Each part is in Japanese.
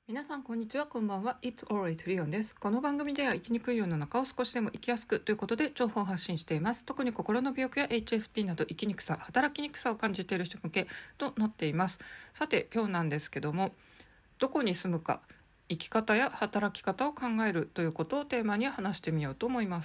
皆さんこんにちは、こんばんは。 It's alright リオンです。この番組では生きにくい世の中を少しでも生きやすくということで情報を発信しています。特に心の病気や HSP など生きにくさ、働きにくさを感じている人向けとなっています。さて今日なんですけども、どこに住むか、生き方や働き方を考えるということをテーマに話してみようと思います。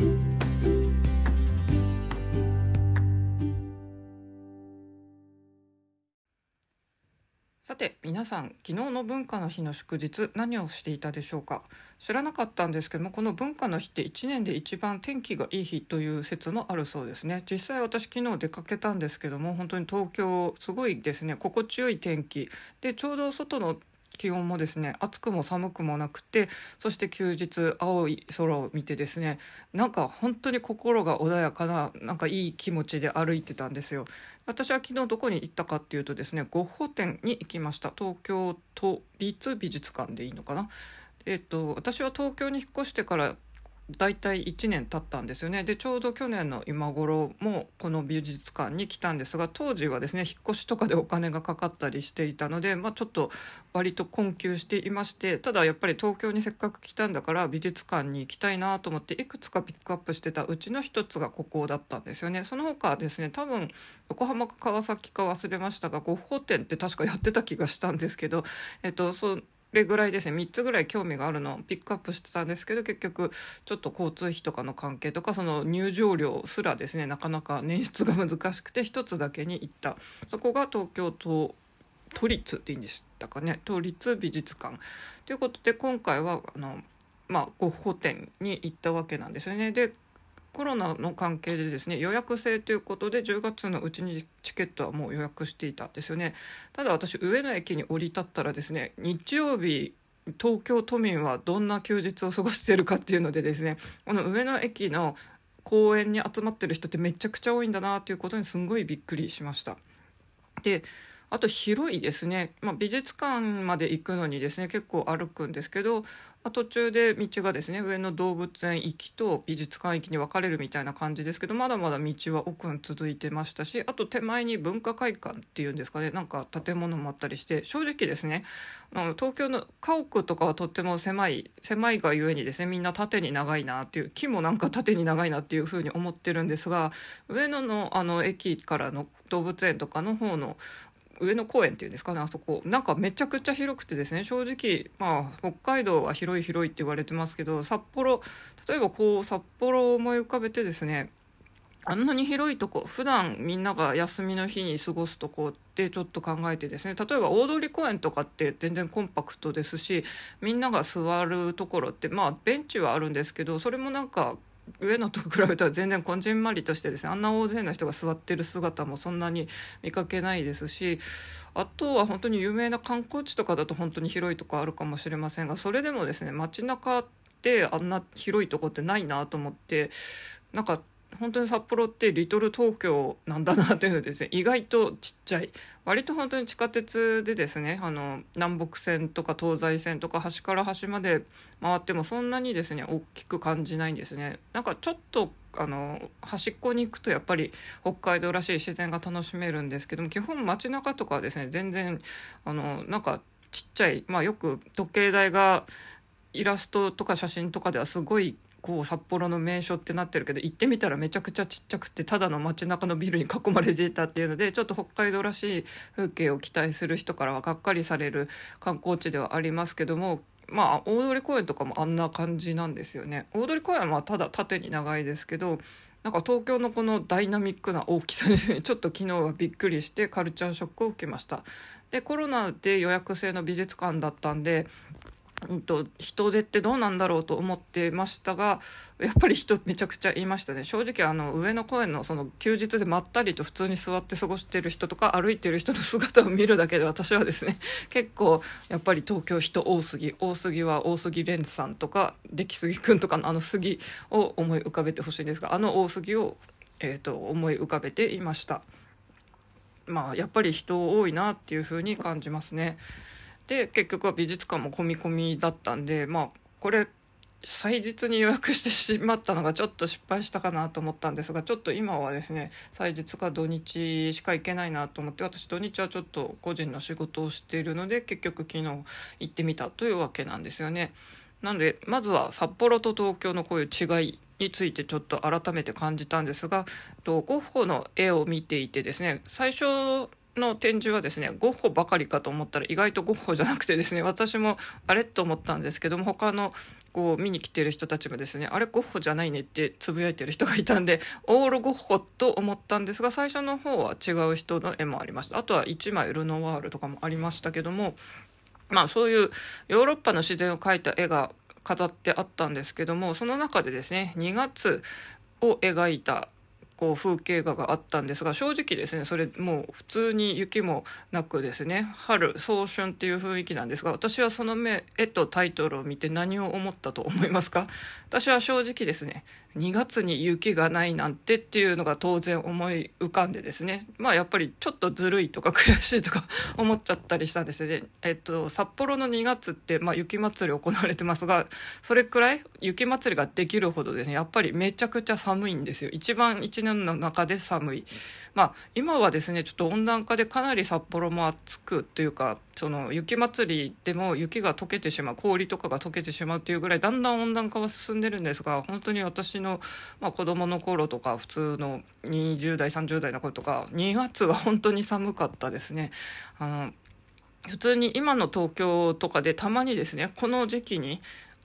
さて皆さん、昨日の文化の日の祝日何をしていたでしょうか。知らなかったんですけども、この文化の日って1年で一番天気がいい日という説もあるそうですね。実際私昨日出かけたんですけども、本当に東京すごいですね、心地よい天気で、ちょうど外の気温もですね、暑くも寒くもなくて、そして休日青い空を見てですね、なんか本当に心が穏やかな、なんかいい気持ちで歩いてたんですよ。私は昨日どこに行ったかっていうとですね、ゴッホ展に行きました。東京都立美術館でいいのかな。私は東京に引っ越してからだいたい1年経ったんですよね。でちょうど去年の今頃もこの美術館に来たんですが、当時はですね引っ越しとかでお金がかかったりしていたので、ちょっと割と困窮していまして、ただやっぱり東京にせっかく来たんだから美術館に行きたいなと思っていくつかピックアップしてたうちの一つがここだったんですよね。その他はですね、多分横浜か川崎か忘れましたが、ゴッホ展って確かやってた気がしたんですけど、それぐらいですね、3つぐらい興味があるのをピックアップしてたんですけど、結局ちょっと交通費とかの関係とか、その入場料すらですね、なかなか捻出が難しくて一つだけに行った。そこが東京都立っていうんでしたかね、都立美術館ということで、今回はゴッホ展に行ったわけなんですよね。でコロナの関係でですね、予約制ということで10月のうちにチケットはもう予約していたんですよね。ただ私、上野駅に降り立ったらですね、日曜日東京都民はどんな休日を過ごしているかっていうのでですね、この上野駅の公園に集まってる人ってめちゃくちゃ多いんだなということにすんごいびっくりしました。であと広いですね、美術館まで行くのにですね結構歩くんですけど、途中で道がですね、上野動物園行きと美術館行きに分かれるみたいな感じですけど、まだまだ道は奥に続いてましたし、あと手前に文化会館っていうんですかね、なんか建物もあったりして、正直ですね、東京の家屋とかはとっても狭いがゆえにですね、みんな縦に長いなっていう、木もなんか縦に長いなっていう風に思ってるんですが、上野の駅からの動物園とかの方の上野公園っていうんですかね、あそこなんかめちゃくちゃ広くてですね、正直北海道は広い広いって言われてますけど、例えば札幌を思い浮かべてですね、あんなに広いとこ、普段みんなが休みの日に過ごすとこってちょっと考えてですね、例えば大通公園とかって全然コンパクトですし、みんなが座るところってベンチはあるんですけど、それもなんか上野と比べたら全然こじんまりとしてですね、あんな大勢の人が座ってる姿もそんなに見かけないですし、あとは本当に有名な観光地とかだと本当に広いとこあるかもしれませんが、それでもですね、街中ってあんな広いとこってないなと思って、なんか本当に札幌ってリトル東京なんだなというのですね、意外とちっちゃい、割と本当に地下鉄でですね、南北線とか東西線とか端から端まで回ってもそんなにですね大きく感じないんですね。なんかちょっと端っこに行くとやっぱり北海道らしい自然が楽しめるんですけども、基本街中とかはですね全然なんかちっちゃい、よく時計台がイラストとか写真とかではすごい札幌の名所ってなってるけど、行ってみたらめちゃくちゃちっちゃくて、ただの街中のビルに囲まれていたっていうので、ちょっと北海道らしい風景を期待する人からはがっかりされる観光地ではありますけども、大通公園とかもあんな感じなんですよね。大通公園はただ縦に長いですけど、なんか東京のこのダイナミックな大きさですね、ちょっと昨日はびっくりしてカルチャーショックを受けました。でコロナで予約制の美術館だったんで、人手ってどうなんだろうと思ってましたが、やっぱり人めちゃくちゃいましたね。正直上野公園のその休日でまったりと普通に座って過ごしている人とか歩いている人の姿を見るだけで、私はですね結構やっぱり東京人多すぎは大杉蓮さんとか出来杉くんとかの杉を思い浮かべてほしいんですが、大杉を、思い浮かべていました。やっぱり人多いなっていう風に感じますね。で結局は美術館も込み込みだったんで、これ祭日に予約してしまったのがちょっと失敗したかなと思ったんですが、ちょっと今はですね祭日か土日しか行けないなと思って、私土日はちょっと個人の仕事をしているので結局昨日行ってみたというわけなんですよね。なのでまずは札幌と東京のこういう違いについてちょっと改めて感じたんですが、ゴッホの絵を見ていてですね、最初の展示はですねゴッホばかりかと思ったら意外とゴッホじゃなくてですね、私もあれと思ったんですけども、他のこう見に来てる人たちもですね、あれゴッホじゃないねってつぶやいてる人がいたんで、オールゴッホと思ったんですが、最初の方は違う人の絵もありました。あとは1枚ルノワールとかもありましたけども、そういうヨーロッパの自然を描いた絵が飾ってあったんですけども、その中でですね2月を描いたこう風景画があったんですが、正直ですねそれもう普通に雪もなくですね春早春っていう雰囲気なんですが、私はその絵とタイトルを見て何を思ったと思いますか？私は正直ですね2月に雪がないなんてっていうのが当然思い浮かんでですね、やっぱりちょっとずるいとか悔しいとか思っちゃったりしたんですね。札幌の2月って、雪祭り行われてますが、それくらい雪祭りができるほどですねやっぱりめちゃくちゃ寒いんですよ。一番一年の中で寒い。今はですねちょっと温暖化でかなり札幌も暑くというか、その雪祭りでも雪が溶けてしまう、氷とかが溶けてしまうというぐらいだんだん温暖化は進んでるんですが、本当に私の、子供の頃とか普通の20代30代の頃とか2月は本当に寒かったですね。普通に今の東京とかでたまにですねこの時期に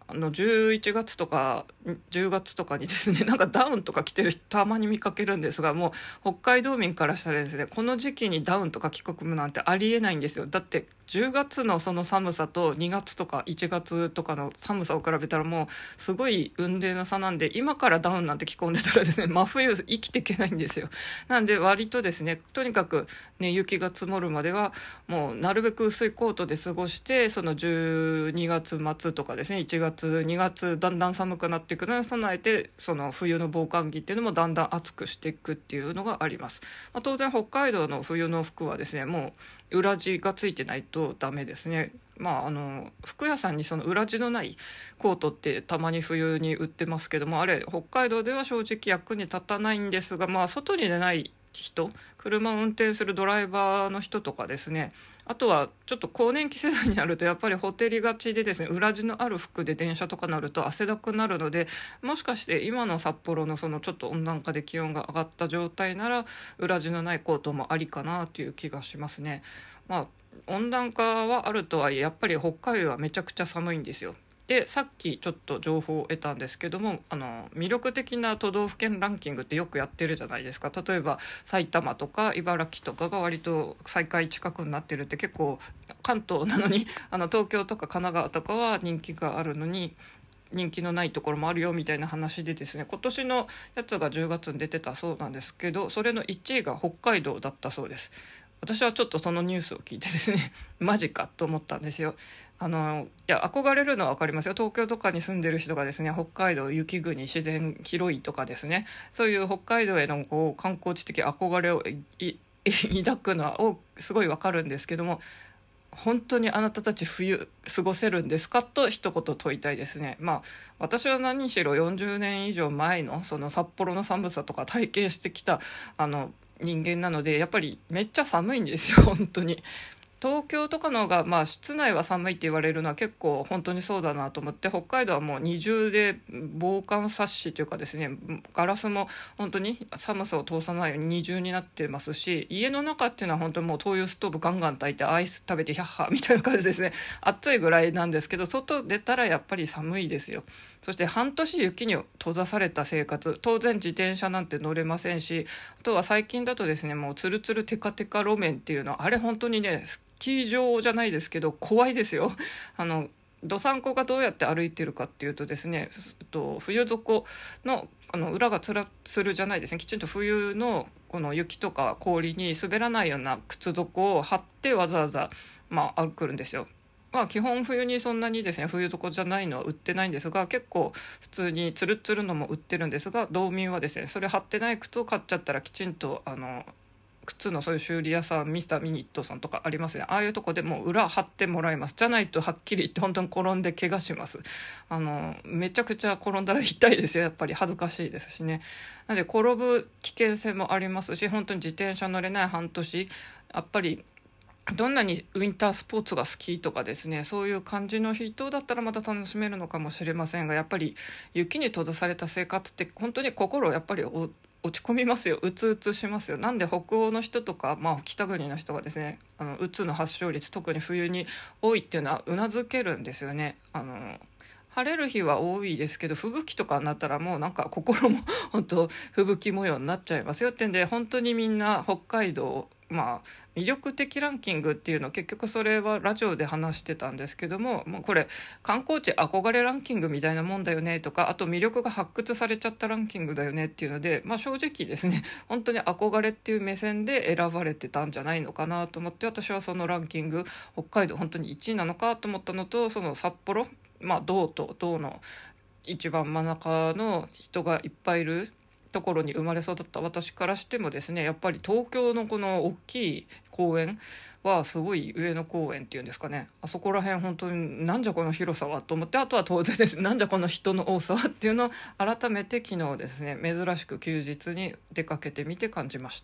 11月とか10月とかにですねなんかダウンとか着てる人たまに見かけるんですが、もう北海道民からしたらですねこの時期にダウンとか着込むなんてありえないんですよ。だって10月のその寒さと2月とか1月とかの寒さを比べたらもうすごい雲泥の差なんで、今からダウンなんて着込んでたらですね真冬生きていけないんですよ。なんで割とですねとにかくね雪が積もるまではもうなるべく薄いコートで過ごして、その12月末とかですね1月2月だんだん寒くなっていくのに備えて、その冬の防寒着っていうのもだんだん厚くしていくっていうのがあります。当然北海道の冬の服はですねもう裏地がついてないとダメですね。服屋さんにその裏地のないコートってたまに冬に売ってますけども、あれ北海道では正直役に立たないんですが、外に出ない人、車を運転するドライバーの人とかですね、あとはちょっと更年期世代になるとやっぱりほてりがちでですね、裏地のある服で電車とかなると汗だくなるので、もしかして今の札幌のそのちょっと温暖化で気温が上がった状態なら裏地のないコートもありかなという気がしますね。温暖化はあるとはいえやっぱり北海道はめちゃくちゃ寒いんですよ。でさっきちょっと情報を得たんですけども、魅力的な都道府県ランキングってよくやってるじゃないですか。例えば埼玉とか茨城とかが割と最下位近くになってるって、結構関東なのに東京とか神奈川とかは人気があるのに人気のないところもあるよみたいな話でですね、今年のやつが10月に出てたそうなんですけど、それの1位が北海道だったそうです。私はちょっとそのニュースを聞いてですねマジかと思ったんですよ。いや憧れるのは分かりますよ。東京とかに住んでる人がですね北海道雪国自然広いとかですね、そういう北海道へのこう観光地的憧れを抱くのはすごい分かるんですけども、本当にあなたたち冬過ごせるんですかと一言問いたいですね。私は何しろ40年以上前のその札幌の寒さとか体験してきた人間なので、やっぱりめっちゃ寒いんですよ本当に。東京とかの方が、室内は寒いって言われるのは結構本当にそうだなと思って、北海道はもう二重で防寒サッシというかですね、ガラスも本当に寒さを通さないように二重になってますし、家の中っていうのは本当にもう灯油ストーブガンガン焚いてアイス食べてヒャッハーみたいな感じですね。暑いぐらいなんですけど、外出たらやっぱり寒いですよ。そして半年雪に閉ざされた生活、当然自転車なんて乗れませんし、あとは最近だとですねもうツルツルテカテカ路面っていうのはあれ本当にねスキー場じゃないですけど怖いですよ。どさんこがどうやって歩いてるかっていうとですね、冬底の裏がつるじゃないですね、きちんと冬のこの雪とか氷に滑らないような靴底を貼ってわざわざ歩くんですよ。基本冬にそんなにですね冬底じゃないのは売ってないんですが、結構普通につるつるのも売ってるんですが、道民はですねそれ貼ってない靴を買っちゃったらきちんと靴のそういう修理屋さん、ミスターミニットさんとかありますね。ああいうとこでもう裏張ってもらいます。じゃないとはっきり言って本当に転んで怪我します。めちゃくちゃ転んだら痛いですよ。やっぱり恥ずかしいですしね。なので転ぶ危険性もありますし、本当に自転車乗れない半年、やっぱりどんなにウィンタースポーツが好きとかですね、そういう感じの人だったらまた楽しめるのかもしれませんが、やっぱり雪に閉ざされた生活って本当に心やっぱり落ち込みますよ。うつうつしますよ。なんで北欧の人とか、北国の人がですね、うつの発症率特に冬に多いっていうのはうなずけるんですよね。晴れる日は多いですけど、吹雪とかになったらもうなんか心も本当吹雪模様になっちゃいますよってんで、本当にみんな北海道、魅力的ランキングっていうの、結局それはラジオで話してたんですけども、もうこれ観光地憧れランキングみたいなもんだよねとか、あと魅力が発掘されちゃったランキングだよねっていうので、正直ですね、本当に憧れっていう目線で選ばれてたんじゃないのかなと思って、私はそのランキング北海道本当に1位なのかと思ったのと、その札幌、道の一番真ん中の人がいっぱいいるところに生まれ育った私からしてもですね、やっぱり東京のこの大きい公園はすごい、上野公園っていうんですかね、あそこら辺本当になんじゃこの広さはと思って、あとは当然ですなんじゃこの人の多さはっていうのを改めて昨日ですね、珍しく休日に出かけてみて感じました。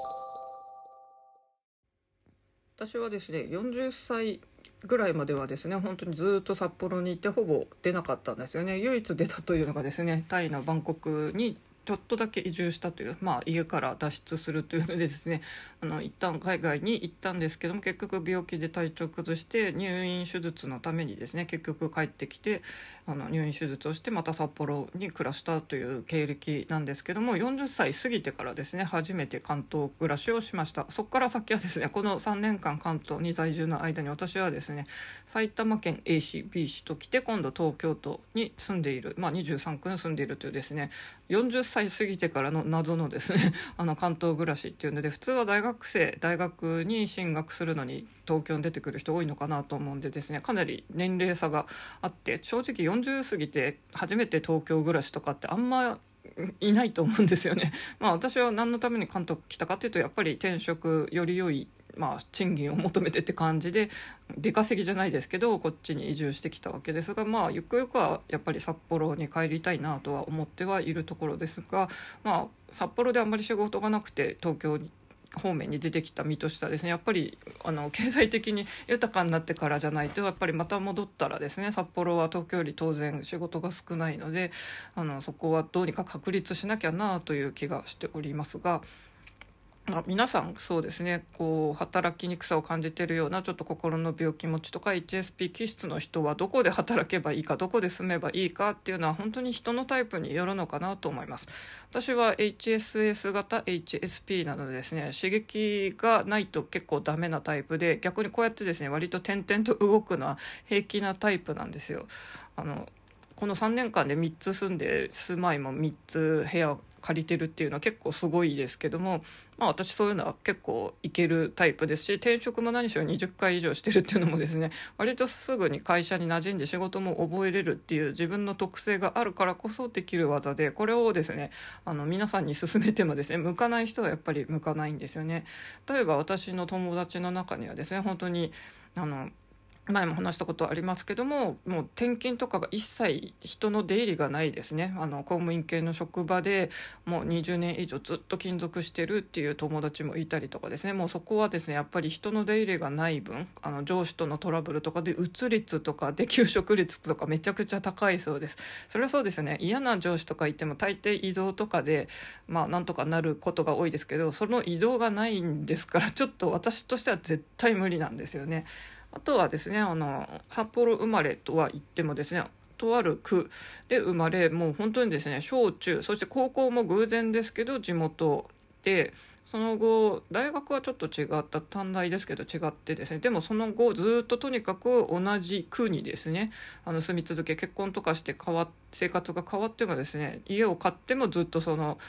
私はですね40歳ぐらいまではですね、本当にずっと札幌にいてほぼ出なかったんですよね。唯一出たというのがですね、タイのバンコクにちょっとだけ移住したという、家から脱出するというのでですね、一旦海外に行ったんですけども、結局病気で体調崩して入院手術のためにですね、結局帰ってきて入院手術をしてまた札幌に暮らしたという経歴なんですけども、40歳過ぎてからですね初めて関東暮らしをしました。そこから先はですね、この3年間関東に在住の間に私はですね、埼玉県 A 市 B 市と来て、今度東京都に住んでいる、23区に住んでいるというですね、40歳過ぎてからの謎のですね関東暮らしっていうので、普通は大学に進学するのに東京に出てくる人多いのかなと思うんでですね、かなり年齢差があって、正直40過ぎて初めて東京暮らしとかってあんまいないと思うんですよね。私は何のために関東来たかっていうと、やっぱり転職より良い賃金を求めてって感じで、出稼ぎじゃないですけどこっちに移住してきたわけですが、ゆくゆくはやっぱり札幌に帰りたいなとは思ってはいるところですが、札幌であんまり仕事がなくて東京方面に出てきた身としてはですね、やっぱり経済的に豊かになってからじゃないと、やっぱりまた戻ったらですね、札幌は東京より当然仕事が少ないので、そこはどうにか確立しなきゃなという気がしておりますが、皆さんそうですね、こう働きにくさを感じているようなちょっと心の病気持ちとか HSP 気質の人はどこで働けばいいか、どこで住めばいいかっていうのは本当に人のタイプによるのかなと思います。私は HSS 型 HSP なのでですね、刺激がないと結構ダメなタイプで、逆にこうやってですね割と点々と動くのは平気なタイプなんですよ。この3年間で3つ住まいも3つ部屋を借りてるっていうのは結構すごいですけども、私そういうのは結構いけるタイプですし、転職も何しろ20回以上してるっていうのもですね、割とすぐに会社に馴染んで仕事も覚えれるっていう自分の特性があるからこそできる技で、これをですね皆さんに勧めてもですね、向かない人はやっぱり向かないんですよね。例えば私の友達の中にはですね、本当に前も話したことありますけども、もう転勤とかが一切人の出入りがないですね。公務員系の職場でもう20年以上ずっと勤続してるっていう友達もいたりとかですね、もうそこはですねやっぱり人の出入りがない分、上司とのトラブルとかでうつ率とかで休職率とかめちゃくちゃ高いそうです。それはそうですよね。嫌な上司とかいても大抵移動とかでなんとかなることが多いですけど、その移動がないんですから、ちょっと私としては絶対無理なんですよね。あとはですね、札幌生まれとは言ってもですね、とある区で生まれ、もう本当にですね小中そして高校も偶然ですけど地元で、その後大学はちょっと違った短大ですけど違ってですね、でもその後ずっととにかく同じ区にですね住み続け、結婚とかして生活が変わってもですね、家を買ってもずっと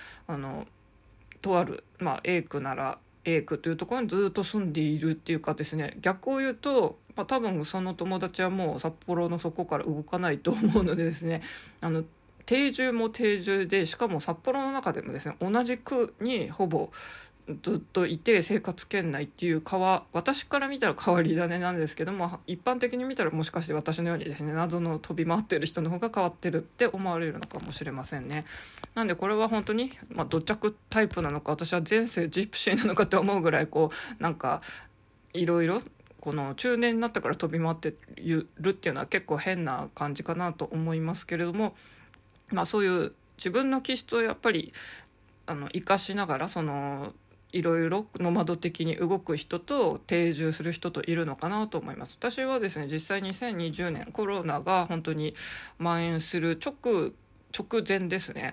とある、A 区ならA 区というところにずっと住んでいるっていうかですね、逆を言うと、多分その友達はもう札幌のそこから動かないと思うのでですね、定住も定住で、しかも札幌の中でもですね同じ区にほぼずっといて生活圏内っていう私から見たら変わり種なんですけども、一般的に見たらもしかして私のようにですね、謎の飛び回ってる人の方が変わってるって思われるのかもしれませんね。なんでこれは本当に、土着タイプなのか、私は前世ジプシーなのかって思うぐらい、なんかいろいろこの中年になったから飛び回ってるっていうのは結構変な感じかなと思いますけれども、そういう自分の気質をやっぱり生かしながら、いろいろノマド的に動く人と定住する人といるのかなと思います。私はですね、実際2020年コロナが本当に蔓延する直前ですね、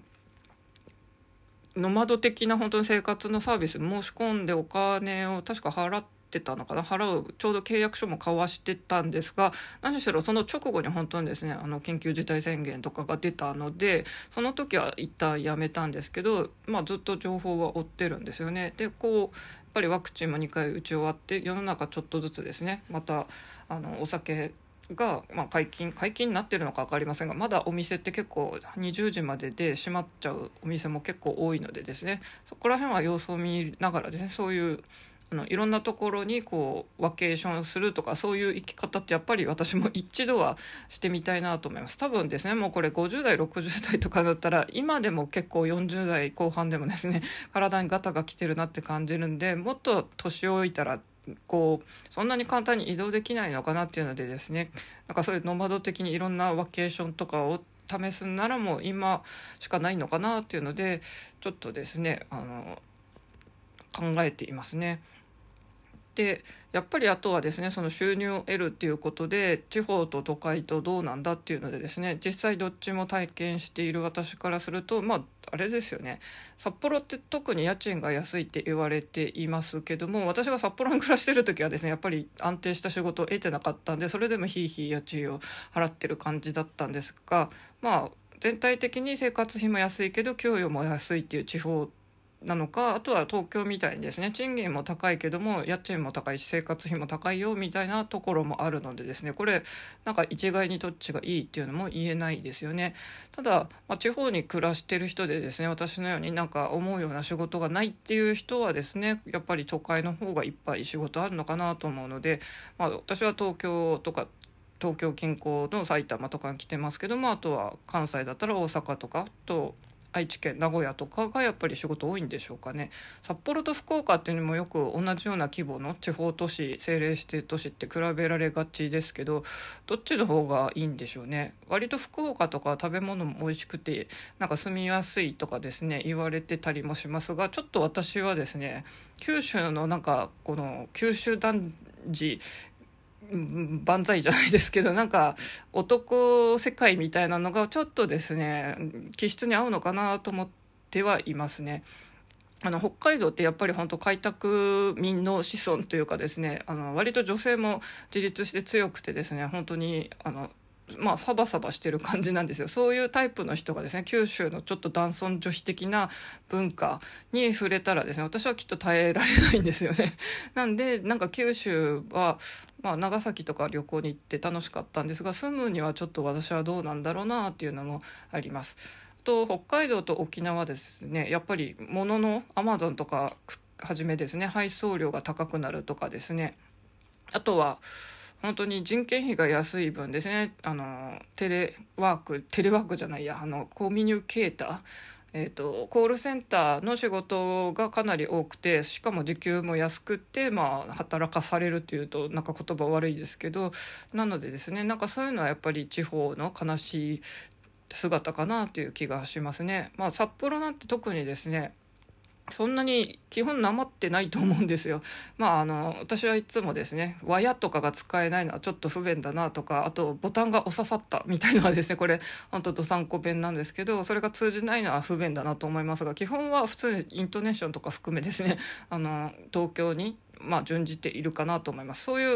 ノマド的な本当に生活のサービス申し込んでお金を確か払ってたのかな、ちょうど契約書も交わしてたんですが、何しろその直後に本当にですね、緊急事態宣言とかが出たので、その時は一旦やめたんですけど、ずっと情報は追ってるんですよね。でやっぱりワクチンも2回打ち終わって、世の中ちょっとずつですね、またお酒が、解禁になってるのか分かりませんが、まだお店って結構20時までで閉まっちゃうお店も結構多いのでですね、そこら辺は様子を見ながらですね、そういういろんなところにワケーションするとか、そういう生き方ってやっぱり私も一度はしてみたいなと思います。多分ですね、もうこれ50代60代とかだったら今でも結構40代後半でもですね、体にガタが来てるなって感じるんで、もっと年老いたらそんなに簡単に移動できないのかなっていうのでですね、なんかそういうノマド的にいろんなワケーションとかを試すならもう今しかないのかなっていうので、ちょっとですね考えていますね。でやっぱりあとはですね、その収入を得るっていうことで地方と都会とどうなんだっていうのでですね、実際どっちも体験している私からすると、あれですよね、札幌って特に家賃が安いって言われていますけども、私が札幌に暮らしてる時はですね、やっぱり安定した仕事を得てなかったんで、それでもひいひい家賃を払ってる感じだったんですが、全体的に生活費も安いけど給与も安いっていう地方なのか、あとは東京みたいにですね、賃金も高いけども家賃も高いし生活費も高いよみたいなところもあるのでですね、これなんか一概にどっちがいいっていうのも言えないですよね。ただ、地方に暮らしてる人でですね、私のようになんか思うような仕事がないっていう人はですね、やっぱり都会の方がいっぱい仕事あるのかなと思うので、私は東京近郊の埼玉とかに来てますけども、あとは関西だったら大阪とかと愛知県名古屋とかがやっぱり仕事多いんでしょうかね。札幌と福岡っていうのもよく同じような規模の地方都市、政令指定都市って比べられがちですけど、どっちの方がいいんでしょうね。割と福岡とか食べ物も美味しくてなんか住みやすいとかですね言われてたりもしますが、ちょっと私はですね、九州のなんかこの九州男児万歳じゃないですけど、なんか男世界みたいなのがちょっとですね気質に合うのかなと思ってはいますね。北海道ってやっぱり本当開拓民の子孫というかですね、割と女性も自立して強くてですね、本当にサバサバしてる感じなんですよ。そういうタイプの人がですね、九州のちょっと男尊女卑的な文化に触れたらですね、私はきっと耐えられないんですよね。なんでなんか九州は、長崎とか旅行に行って楽しかったんですが、住むにはちょっと私はどうなんだろうなっていうのもあります。と北海道と沖縄ですね、やっぱり物のアマゾンとかはじめですね、配送料が高くなるとかですね、あとは本当に人件費が安い分ですね、テレワークじゃないや、コミュニケーター、コールセンターの仕事がかなり多くて、しかも時給も安くて、働かされるというとなんか言葉悪いですけど、なのでですね、なんかそういうのはやっぱり地方の悲しい姿かなという気がしますね。札幌なんて特にですね、そんなに基本なまってないと思うんですよ。私はいつもですね、ワヤとかが使えないのはちょっと不便だなとか、あとボタンが押ささったみたいなのはですね、これ本当どさんこ弁なんですけど、それが通じないのは不便だなと思いますが、基本は普通にイントネーションとか含めですね、東京に準じているかなと思います。そういう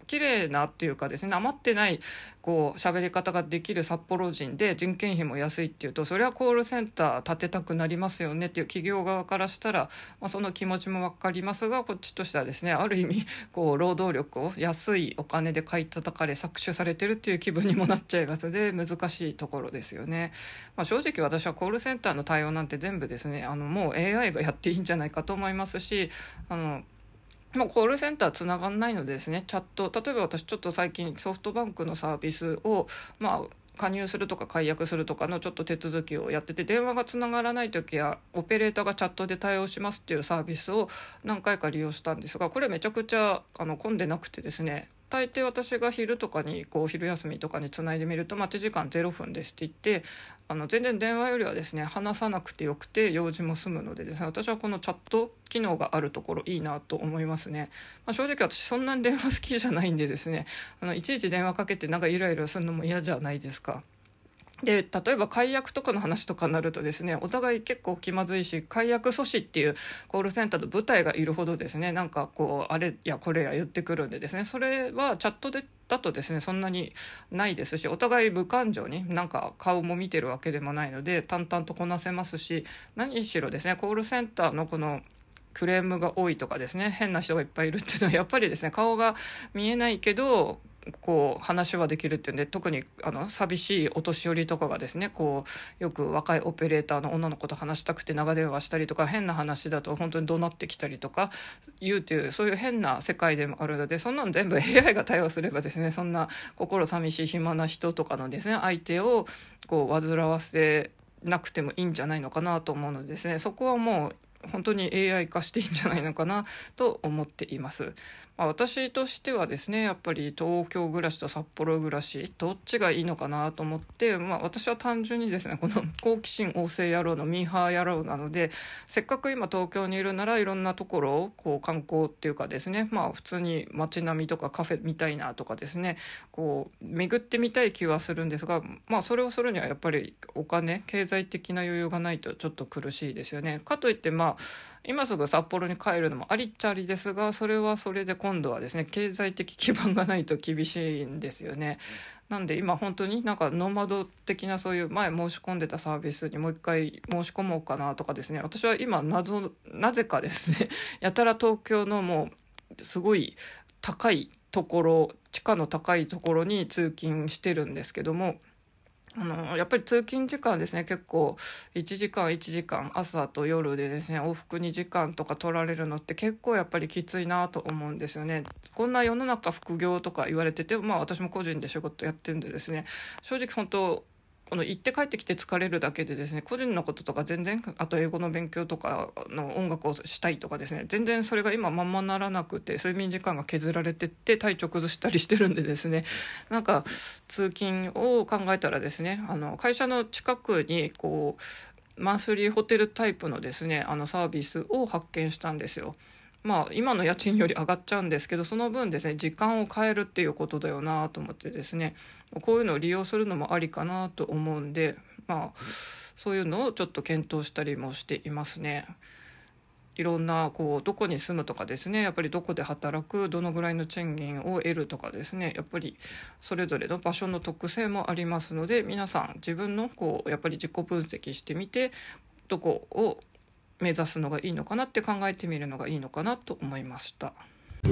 綺麗なっていうかですね、余ってないこう喋り方ができる札幌人で人件費も安いっていうと、それはコールセンター建てたくなりますよねっていう企業側からしたら、その気持ちも分かりますが、こっちとしてはですね、ある意味こう労働力を安いお金で買い叩かれ搾取されてるっていう気分にもなっちゃいますので、難しいところですよね。正直私はコールセンターの対応なんて全部ですね、もう AI がやっていいんじゃないかと思いますし、もうコールセンターつながんないのでですね、チャット、例えば私ちょっと最近ソフトバンクのサービスを加入するとか解約するとかのちょっと手続きをやってて、電話がつながらない時はオペレーターがチャットで対応しますっていうサービスを何回か利用したんですが、これめちゃくちゃ混んでなくてですね、大抵私が昼とかに昼休みとかにつないでみると待ち時間0分ですって言って、全然電話よりはですね話さなくてよくて用事も済むのでですね、私はこのチャット機能があるところいいなと思いますね。正直私そんなに電話好きじゃないんでですね、いちいち電話かけてなんかイライラするのも嫌じゃないですか。で例えば解約とかの話とかになるとですね、お互い結構気まずいし、解約阻止っていうコールセンターの部隊がいるほどですね、なんかあれやこれや言ってくるんでですね、それはチャットでだとですねそんなにないですし、お互い無感情になんか顔も見てるわけでもないので淡々とこなせますし、何しろですねコールセンターのこのクレームが多いとかですね、変な人がいっぱいいるっていうのはやっぱりですね、顔が見えないけど話はできるっていうんで、特に寂しいお年寄りとかがですねよく若いオペレーターの女の子と話したくて長電話したりとか、変な話だと本当に怒鳴ってきたりとか言うっていう、そういう変な世界でもあるので、そんなの全部 AI が対応すればですね、そんな心寂しい暇な人とかのですね相手を煩わせなくてもいいんじゃないのかなと思うのでですね、そこはもう本当に AI 化していいんじゃないのかなと思っています。私としてはですね、やっぱり東京暮らしと札幌暮らしどっちがいいのかなと思って、私は単純にですねこの好奇心旺盛野郎のミーハー野郎なので、せっかく今東京にいるならいろんなところを観光っていうかですね、普通に街並みとかカフェみたいなとかですね巡ってみたい気はするんですが、それをするにはやっぱりお金、経済的な余裕がないとちょっと苦しいですよね。かといって今すぐ札幌に帰るのもありっちゃありですが、それはそれで今度はですね経済的基盤がないと厳しいんですよね。なんで今本当になんかノーマド的なそういう前申し込んでたサービスにもう一回申し込もうかなとかですね、私は今なぜかですねやたら東京のもうすごい高いところ、地価の高いところに通勤してるんですけども、やっぱり通勤時間ですね、結構1時間朝と夜でですね往復2時間とか取られるのって結構やっぱりきついなと思うんですよね。こんな世の中副業とか言われてて、私も個人で仕事やってるんでですね、正直本当行って帰ってきて疲れるだけでですね、個人のこととか全然、あと英語の勉強とかの音楽をしたいとかですね、全然それが今まんまならなくて、睡眠時間が削られてって体調崩したりしてるんでですね、なんか通勤を考えたらですね、会社の近くにマンスリーホテルタイプのですねサービスを発見したんですよ。今の家賃より上がっちゃうんですけど、その分ですね時間を変えるっていうことだよなと思ってですね、こういうのを利用するのもありかなと思うんで、そういうのをちょっと検討したりもしていますね。いろんなどこに住むとかですね、やっぱりどこで働く、どのぐらいの賃金を得るとかですね、やっぱりそれぞれの場所の特性もありますので、皆さん自分のやっぱり自己分析してみて、どこを目指すのがいいのかなって考えてみるのがいいのかなと思いました。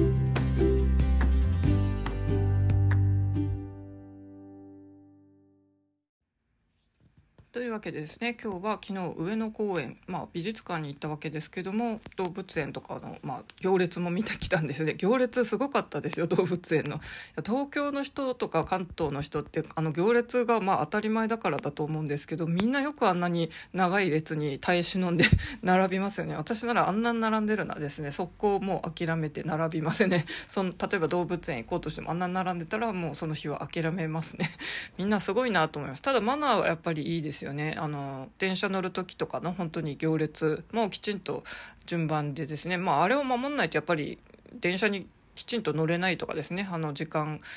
というわけでですね、今日は昨日上野公園、美術館に行ったわけですけども、動物園とかの、行列も見てきたんですね。行列すごかったですよ、動物園の。東京の人とか関東の人って行列が当たり前だからだと思うんですけど、みんなよくあんなに長い列に耐え忍んで並びますよね。私ならあんなに並んでるのはですね、速攻もう諦めて並びませんね。例えば動物園行こうとしてもあんなに並んでたらもうその日は諦めますね。みんなすごいなと思います。ただマナーはやっぱりいいですよね。電車乗る時とかの本当に行列もきちんと順番でですね、あれを守んないとやっぱり電車にきちんと乗れないとかですね、時間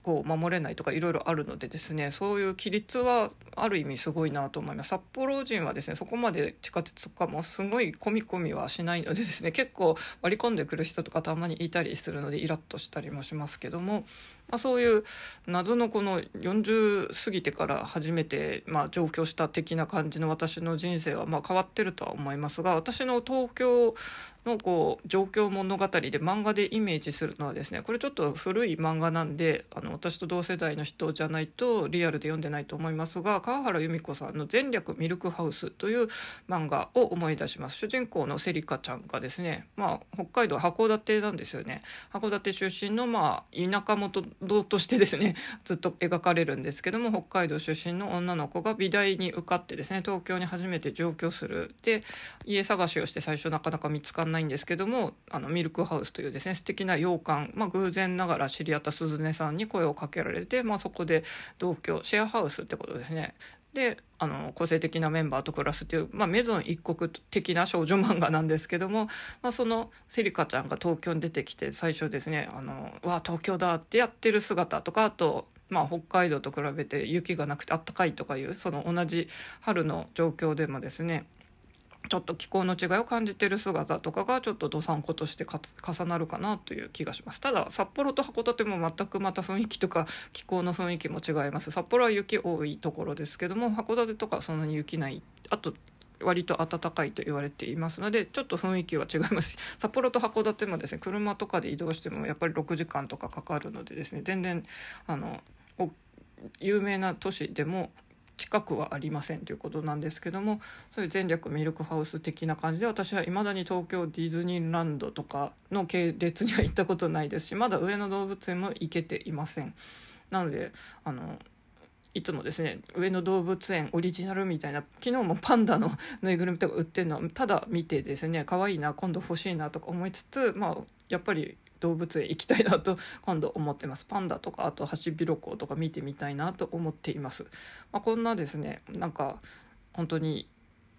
こう守れないとかいろいろあるのでですね、そういう規律はある意味すごいなと思います。札幌人はですね、そこまで地下鉄とかもすごい込み込みはしないのでですね、結構割り込んでくる人とかたまにいたりするのでイラッとしたりもしますけども、そういう謎のこの40過ぎてから初めて上京した的な感じの私の人生は変わってるとは思いますが、私の東京のこう状況物語で漫画でイメージするのはですね、これちょっと古い漫画なんで私と同世代の人じゃないとリアルで読んでないと思いますが、川原由美子さんの前略ミルクハウスという漫画を思い出します。主人公のセリカちゃんがですね、北海道函館なんですよね。函館出身の田舎者としてですねずっと描かれるんですけども、北海道出身の女の子が美大に受かってですね、東京に初めて上京する。で家探しをして最初なかなか見つからないんですけども、ミルクハウスというですね素敵な洋館、偶然ながら知り合った鈴音さんに声をかけられて、そこで同居、シェアハウスってことですね。で個性的なメンバーと暮らすという、メゾン一国的な少女漫画なんですけども、そのセリカちゃんが東京に出てきて最初ですね、東京だってやってる姿とか、あと北海道と比べて雪がなくてあったかいとかいう、その同じ春の状況でもですねちょっと気候の違いを感じている姿とかがちょっとどさんことして重なるかなという気がします。ただ札幌と函館も全くまた雰囲気とか気候の雰囲気も違います。札幌は雪多いところですけども、函館とかそんなに雪ない、あと割と暖かいと言われていますので、ちょっと雰囲気は違いますし、札幌と函館もですね車とかで移動してもやっぱり6時間とかかかるのでですね、全然有名な都市でも近くはありませんということなんですけども、そういう前略ミルクハウス的な感じで、私は未だに東京ディズニーランドとかの系列には行ったことないですし、まだ上野動物園も行けていません。なのでいつもですね上野動物園オリジナルみたいな、昨日もパンダのぬいぐるみとか売ってるのをただ見てですね、可愛いな、今度欲しいなとか思いつつ、やっぱり動物園行きたいなと今度思ってます。パンダとかあとハシビロコウとか見てみたいなと思っています。こんなですね本当に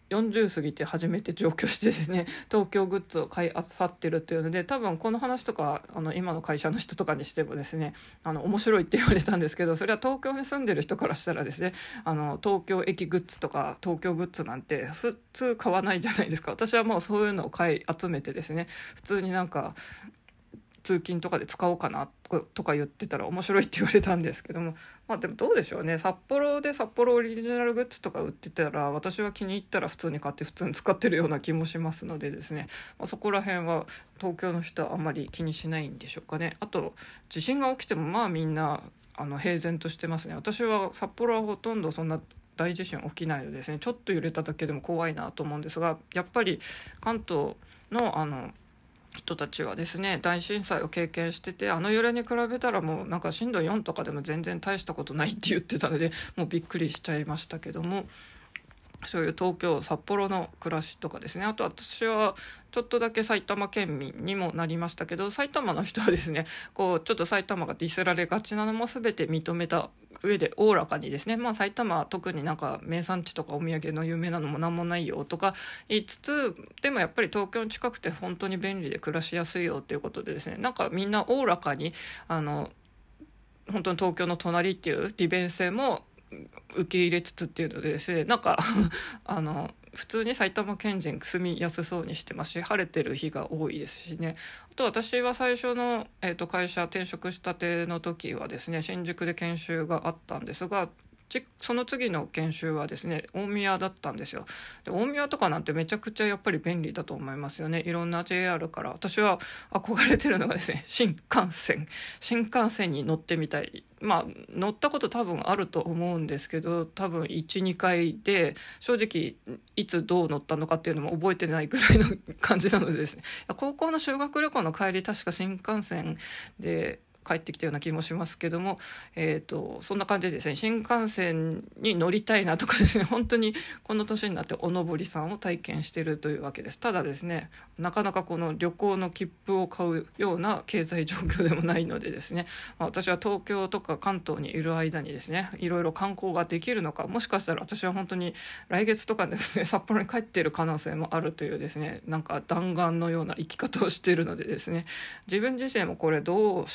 40過ぎて初めて上京してですね東京グッズを買い漁ってるというので、多分この話とか今の会社の人とかにしてもですね面白いって言われたんですけど、それは東京に住んでる人からしたらですね東京駅グッズとか東京グッズなんて普通買わないじゃないですか。私はもうそういうのを買い集めてですね、普通に通勤とかで使おうかなとか言ってたら面白いって言われたんですけども、でもどうでしょうね。札幌で札幌オリジナルグッズとか売ってたら私は気に入ったら普通に買って普通に使ってるような気もしますのでですね、そこら辺は東京の人はあんまり気にしないんでしょうかね。あと地震が起きてもみんな平然としてますね。私は札幌はほとんどそんな大地震起きないのでですね、ちょっと揺れただけでも怖いなと思うんですが、やっぱり関東の人たちはですね大震災を経験してて、揺れに比べたらもう震度4とかでも全然大したことないって言ってたので、もうびっくりしちゃいましたけども、そういう東京札幌の暮らしとかですね、あと私はちょっとだけ埼玉県民にもなりましたけど、埼玉の人はですねちょっと埼玉がディスられがちなのも全て認めた上でおおらかにですね、埼玉は特に名産地とかお土産の有名なのも何もないよとか言いつつ、でもやっぱり東京に近くて本当に便利で暮らしやすいよということでですね、みんなおおらかに本当に東京の隣っていう利便性も受け入れつつっていうのでですね普通に埼玉県人住みやすそうにしてますし、晴れてる日が多いですしね。あと私は最初の、会社転職したての時はですね新宿で研修があったんですが、その次の研修はですね大宮だったんですよ。で大宮とかなんてめちゃくちゃやっぱり便利だと思いますよね。いろんな JR から私は憧れてるのがですね新幹線に乗ってみたい。乗ったこと多分あると思うんですけど、多分 1,2 回で正直いつどう乗ったのかっていうのも覚えてないぐらいの感じなのでですね、高校の修学旅行の帰り確か新幹線で帰ってきたような気もしますけども、そんな感じでですね新幹線に乗りたいなとかですね、本当にこの年になっておのぼりさんを体験しているというわけです。ただですねなかなかこの旅行の切符を買うような経済状況でもないのでですね、私は東京とか関東にいる間にですねいろいろ観光ができるのか、もしかしたら私は本当に来月とかでですね札幌に帰っている可能性もあるというですね弾丸のような生き方をしているのでですね、自分自身もこれどうしようか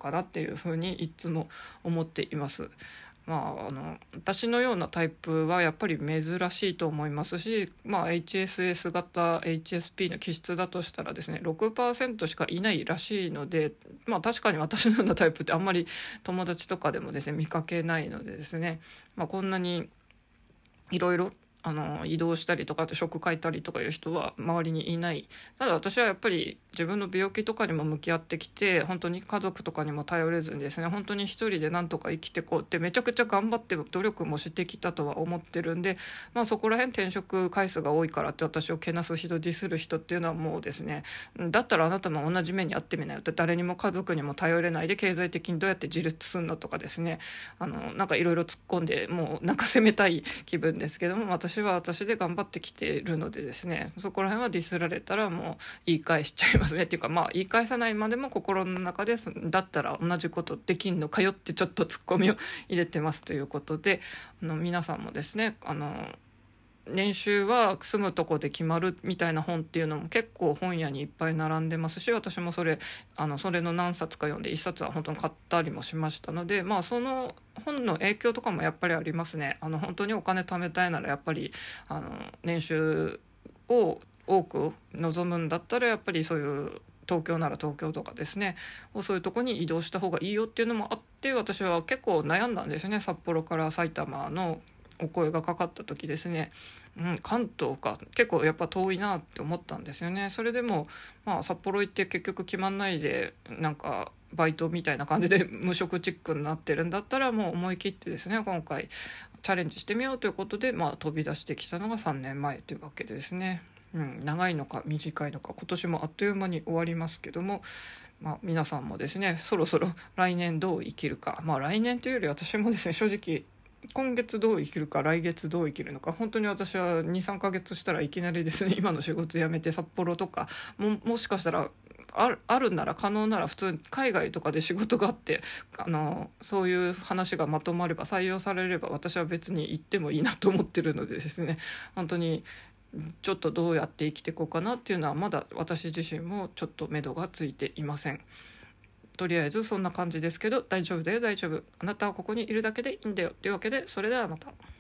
かなっていうふうにいつも思っています。私のようなタイプはやっぱり珍しいと思いますし、HSS 型 HSP の気質だとしたらですね、6% しかいないらしいので、確かに私のようなタイプってあんまり友達とかでもですね見かけないのでですね、こんなにいろいろ移動したりとか職変えたりとかいう人は周りにいない。ただ私はやっぱり自分の病気とかにも向き合ってきて、本当に家族とかにも頼れずにですね、本当に一人でなんとか生きてこうってめちゃくちゃ頑張って努力もしてきたとは思ってるんで、そこら辺転職回数が多いからって私をけなす人ディスる人っていうのはもうですね、だったらあなたも同じ目に遭ってみなよって、誰にも家族にも頼れないで経済的にどうやって自立するのとかですね、なんかいろいろ突っ込んでもうなんか責めたい気分ですけども、私は私で頑張ってきているのでですね、そこら辺はディスられたらもう言い返しちゃいますね。っていうか言い返さないまでも心の中でだったら同じことできんのかよってちょっとツッコミを入れてますということで、皆さんもですね年収は住むとこで決まるみたいな本っていうのも結構本屋にいっぱい並んでますし、私もそれの何冊か読んで一冊は本当に買ったりもしましたので、その本の影響とかもやっぱりありますね。本当にお金貯めたいならやっぱり年収を多く望むんだったらやっぱりそういう東京なら東京とかですね、そういうとこに移動した方がいいよっていうのもあって、私は結構悩んだんですね。札幌から埼玉のお声がかかった時ですね、関東か結構やっぱ遠いなって思ったんですよね。それでも札幌行って結局決まんないでなんかバイトみたいな感じで無職チックになってるんだったら、もう思い切ってですね今回チャレンジしてみようということで、飛び出してきたのが3年前というわけでですね、長いのか短いのか今年もあっという間に終わりますけども、皆さんもですねそろそろ来年どう生きるか、来年というより私もですね正直今月どう生きるか来月どう生きるのか、本当に私は 2,3 ヶ月したらいきなりですね今の仕事辞めて札幌とかもしかしたらあるなら可能なら普通に海外とかで仕事があってそういう話がまとまれば採用されれば私は別に行ってもいいなと思ってるのでですね、本当にちょっとどうやって生きていこうかなっていうのはまだ私自身もちょっと目処がついていません。とりあえずそんな感じですけど、大丈夫だよ大丈夫、あなたはここにいるだけでいいんだよというわけで、それではまた。